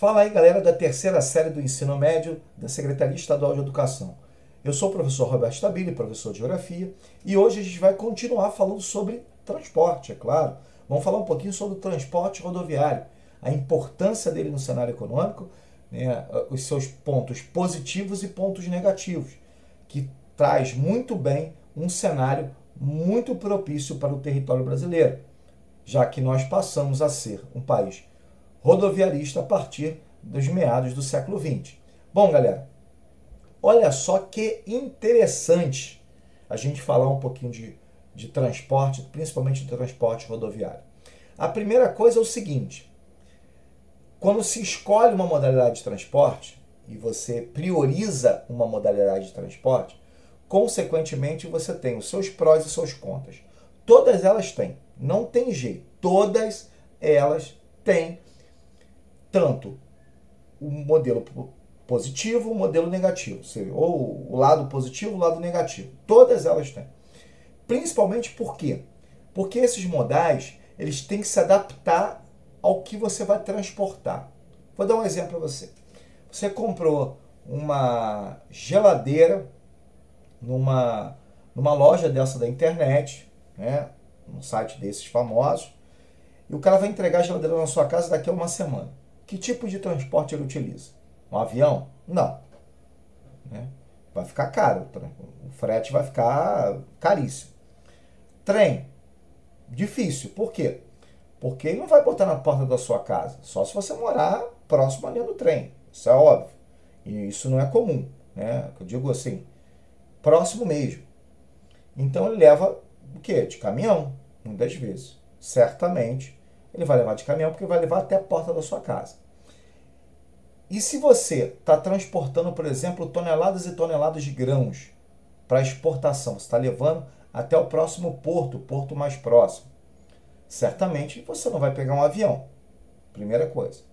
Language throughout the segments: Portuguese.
Fala aí, galera da terceira série do ensino médio da Secretaria Estadual de Educação. Eu sou o professor Roberto Stabile, professor de Geografia, e hoje a gente vai continuar falando sobre transporte, é claro. Vamos falar um pouquinho sobre o transporte rodoviário, a importância dele no cenário econômico, né, os seus pontos positivos e pontos negativos, que traz muito bem um cenário muito propício para o território brasileiro, já que nós passamos a ser um país rodoviarista a partir dos meados do século XX. Bom, galera, olha só que interessante a gente falar um pouquinho de transporte, principalmente de transporte rodoviário. A primeira coisa é o seguinte: quando se escolhe uma modalidade de transporte e você prioriza uma modalidade de transporte, consequentemente você tem os seus prós e seus contras. Todas elas têm, não tem jeito, todas elas têm tanto o modelo positivo, o modelo negativo, ou o lado positivo, o lado negativo. Todas elas têm. Principalmente por quê? Porque esses modais, eles têm que se adaptar ao que você vai transportar. Vou dar um exemplo para você. Você comprou uma geladeira numa loja dessa da internet, né, num site desses famosos, e o cara vai entregar a geladeira na sua casa daqui a uma semana. Que tipo de transporte ele utiliza? Um avião? Não. Né? Vai ficar caro. O frete vai ficar caríssimo. Trem? Difícil. Por quê? Porque ele não vai botar na porta da sua casa. Só se você morar próximo ali do trem. Isso é óbvio. E isso não é comum. Né? Eu digo assim, próximo mesmo. Então ele leva o quê? De caminhão, muitas vezes. Certamente ele vai levar de caminhão porque vai levar até a porta da sua casa. E se você está transportando, por exemplo, toneladas e toneladas de grãos para exportação, você está levando até o próximo porto, o porto mais próximo, certamente você não vai pegar um avião, primeira coisa.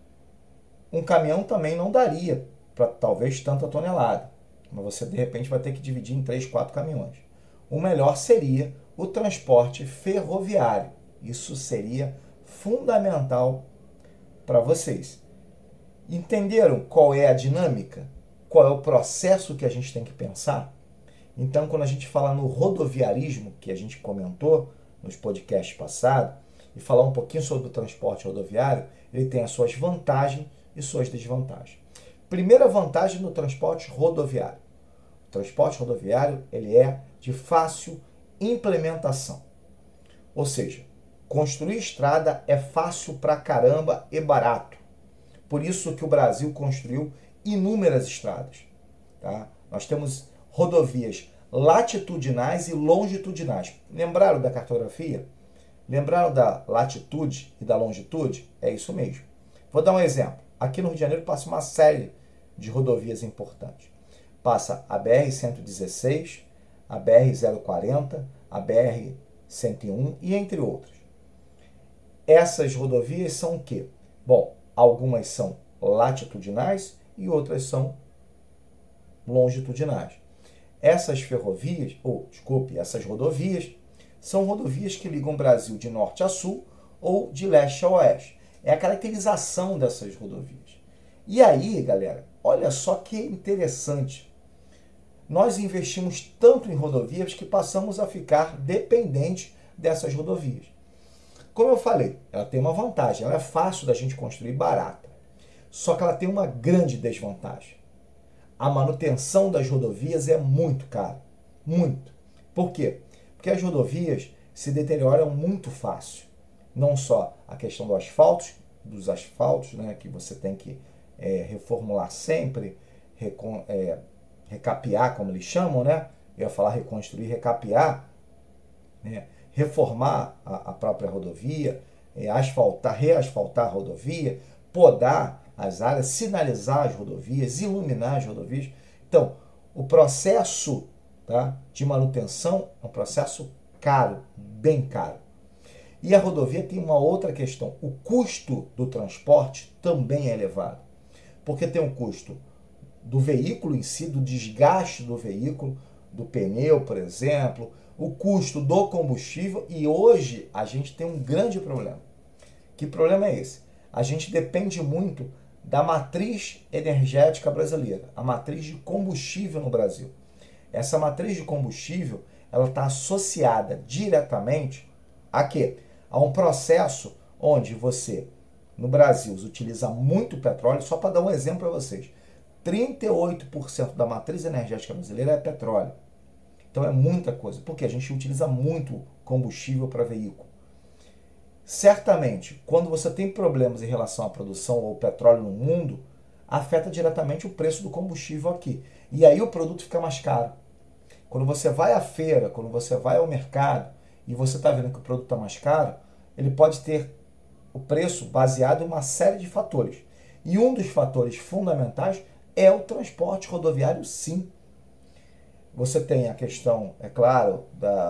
Um caminhão também não daria para talvez tanta tonelada, mas você de repente vai ter que dividir em 3, 4 caminhões. O melhor seria o transporte ferroviário. Isso seria fundamental para vocês. Entenderam qual é a dinâmica? Qual é o processo que a gente tem que pensar? Então, quando a gente fala no rodoviarismo, que a gente comentou nos podcasts passados, e falar um pouquinho sobre o transporte rodoviário, ele tem as suas vantagens e suas desvantagens. Primeira vantagem no transporte rodoviário. O transporte rodoviário ele é de fácil implementação. Ou seja, construir estrada é fácil pra caramba e barato. Por isso que o Brasil construiu inúmeras estradas. Tá? Nós temos rodovias latitudinais e longitudinais. Lembraram da cartografia? Lembraram da latitude e da longitude? É isso mesmo. Vou dar um exemplo. Aqui no Rio de Janeiro passa uma série de rodovias importantes. Passa a BR-116, a BR-040, a BR-101 e entre outros. Essas rodovias são o quê? Bom, algumas são latitudinais e outras são longitudinais. Essas ferrovias, essas rodovias, são rodovias que ligam o Brasil de norte a sul ou de leste a oeste. É a caracterização dessas rodovias. E aí, galera, olha só que interessante. Nós investimos tanto em rodovias que passamos a ficar dependentes dessas rodovias. Como eu falei, ela tem uma vantagem, ela é fácil da gente construir, barata. Só que ela tem uma grande desvantagem. A manutenção das rodovias é muito cara. Muito. Por quê? Porque as rodovias se deterioram muito fácil. Não só a questão dos asfaltos, né, que você tem que reformular sempre, recapear, como eles chamam, né? Eu ia falar reconstruir, recapear, né? Reformar a própria rodovia, reasfaltar a rodovia, podar as áreas, sinalizar as rodovias, iluminar as rodovias. Então, o processo, tá, de manutenção é um processo caro, bem caro. E a rodovia tem uma outra questão. O custo do transporte também é elevado. Porque tem um custo do veículo em si, do desgaste do veículo, do pneu, por exemplo, o custo do combustível, e hoje a gente tem um grande problema. Que problema é esse? A gente depende muito da matriz energética brasileira, a matriz de combustível no Brasil. Essa matriz de combustível, ela está associada diretamente a quê? A um processo onde você, no Brasil, utiliza muito petróleo. Só para dar um exemplo para vocês, 38% da matriz energética brasileira é petróleo. Então é muita coisa, porque a gente utiliza muito combustível para veículo. Certamente, quando você tem problemas em relação à produção ou petróleo no mundo, afeta diretamente o preço do combustível aqui. E aí o produto fica mais caro. Quando você vai à feira, quando você vai ao mercado e você está vendo que o produto está mais caro, ele pode ter o preço baseado em uma série de fatores. E um dos fatores fundamentais é o transporte rodoviário, sim. Você tem a questão, é claro,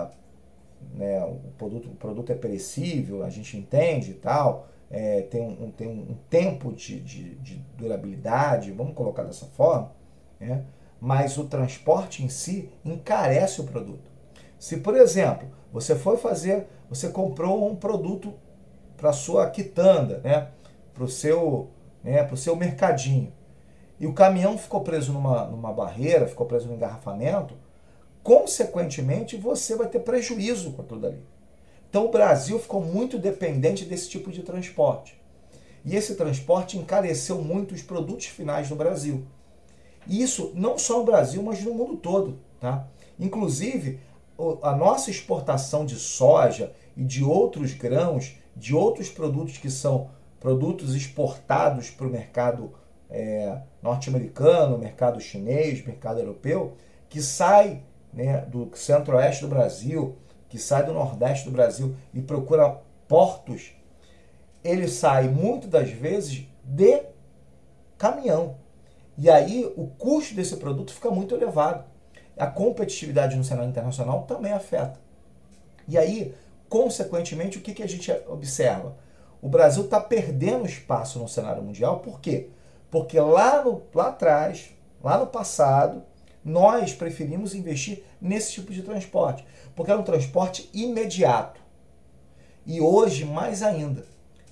o produto é perecível, a gente entende e tal, tem um tempo de durabilidade, vamos colocar dessa forma, né? Mas o transporte em si encarece o produto. Se, por exemplo, você comprou um produto para sua quitanda, né? Para o seu mercadinho, e o caminhão ficou preso numa barreira, ficou preso no engarrafamento, consequentemente você vai ter prejuízo com aquilo dali. Então o Brasil ficou muito dependente desse tipo de transporte. E esse transporte encareceu muito os produtos finais no Brasil. Isso não só no Brasil, mas no mundo todo. Tá? Inclusive, a nossa exportação de soja e de outros grãos, de outros produtos que são produtos exportados para o mercado norte-americano, mercado chinês, mercado europeu, que sai, né, do centro-oeste do Brasil, que sai do nordeste do Brasil e procura portos, ele sai muitas das vezes de caminhão. E aí o custo desse produto fica muito elevado. A competitividade no cenário internacional também afeta. E aí, consequentemente, o que a gente observa? O Brasil está perdendo espaço no cenário mundial. Por quê? Porque lá atrás, lá no passado, nós preferimos investir nesse tipo de transporte, porque é um transporte imediato. E hoje, mais ainda,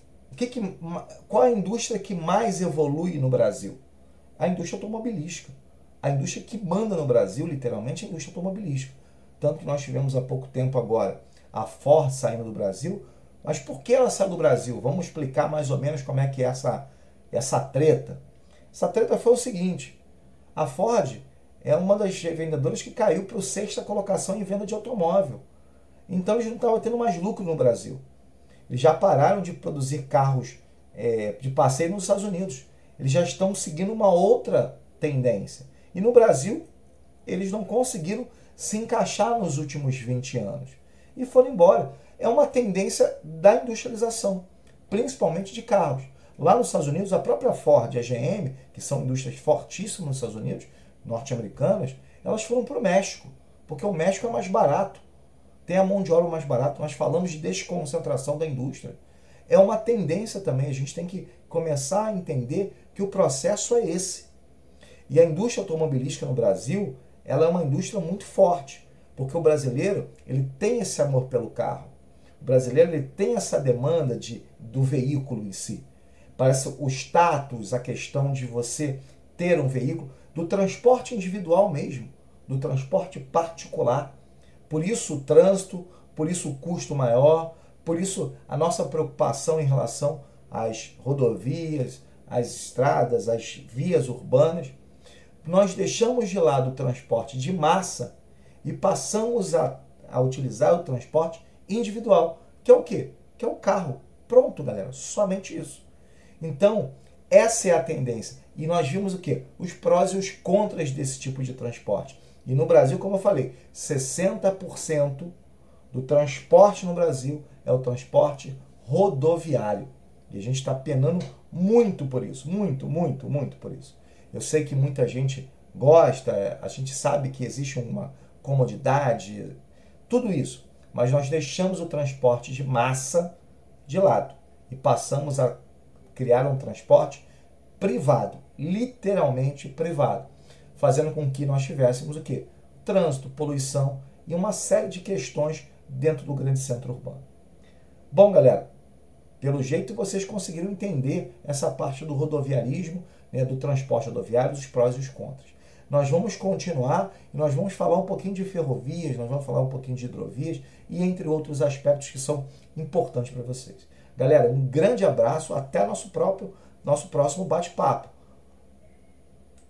qual a indústria que mais evolui no Brasil? A indústria automobilística. A indústria que manda no Brasil, literalmente, é a indústria automobilística. Tanto que nós tivemos há pouco tempo agora a Ford saindo do Brasil. Mas por que ela saiu do Brasil? Vamos explicar mais ou menos como é que é essa treta. Essa treta foi o seguinte: a Ford é uma das vendedoras que caiu para a sexta colocação em venda de automóvel. Então eles não estavam tendo mais lucro no Brasil. Eles já pararam de produzir carros de passeio nos Estados Unidos. Eles já estão seguindo uma outra tendência. E no Brasil, eles não conseguiram se encaixar nos últimos 20 anos. E foram embora. É uma tendência da industrialização, principalmente de carros. Lá nos Estados Unidos, a própria Ford e a GM, que são indústrias fortíssimas nos Estados Unidos, norte-americanas, elas foram para o México, porque o México é mais barato, tem a mão de obra mais barata. Nós falamos de desconcentração da indústria. É uma tendência também, a gente tem que começar a entender que o processo é esse. E a indústria automobilística no Brasil, ela é uma indústria muito forte, porque o brasileiro, ele tem esse amor pelo carro. O brasileiro, ele tem essa demanda do veículo em si. Parece o status, a questão de você ter um veículo, do transporte individual mesmo, do transporte particular. Por isso o trânsito, por isso o custo maior, por isso a nossa preocupação em relação às rodovias, às estradas, às vias urbanas. Nós deixamos de lado o transporte de massa e passamos a utilizar o transporte individual, que é o quê? Que é o carro. Pronto, galera, somente isso. Então, essa é a tendência. E nós vimos o quê? Os prós e os contras desse tipo de transporte. E no Brasil, como eu falei, 60% do transporte no Brasil é o transporte rodoviário. E a gente está penando muito por isso. Muito, muito, muito por isso. Eu sei que muita gente gosta, a gente sabe que existe uma comodidade, tudo isso. Mas nós deixamos o transporte de massa de lado e passamos a criar um transporte privado, literalmente privado, fazendo com que nós tivéssemos o quê? Trânsito, poluição e uma série de questões dentro do grande centro urbano. Bom, galera, Pelo jeito vocês conseguiram entender essa parte do rodoviarismo, né, do transporte rodoviário, os prós e os contras. Nós vamos continuar e nós vamos falar um pouquinho de ferrovias, nós vamos falar um pouquinho de hidrovias e entre outros aspectos que são importantes para vocês. Galera, um grande abraço, até nosso próximo bate-papo.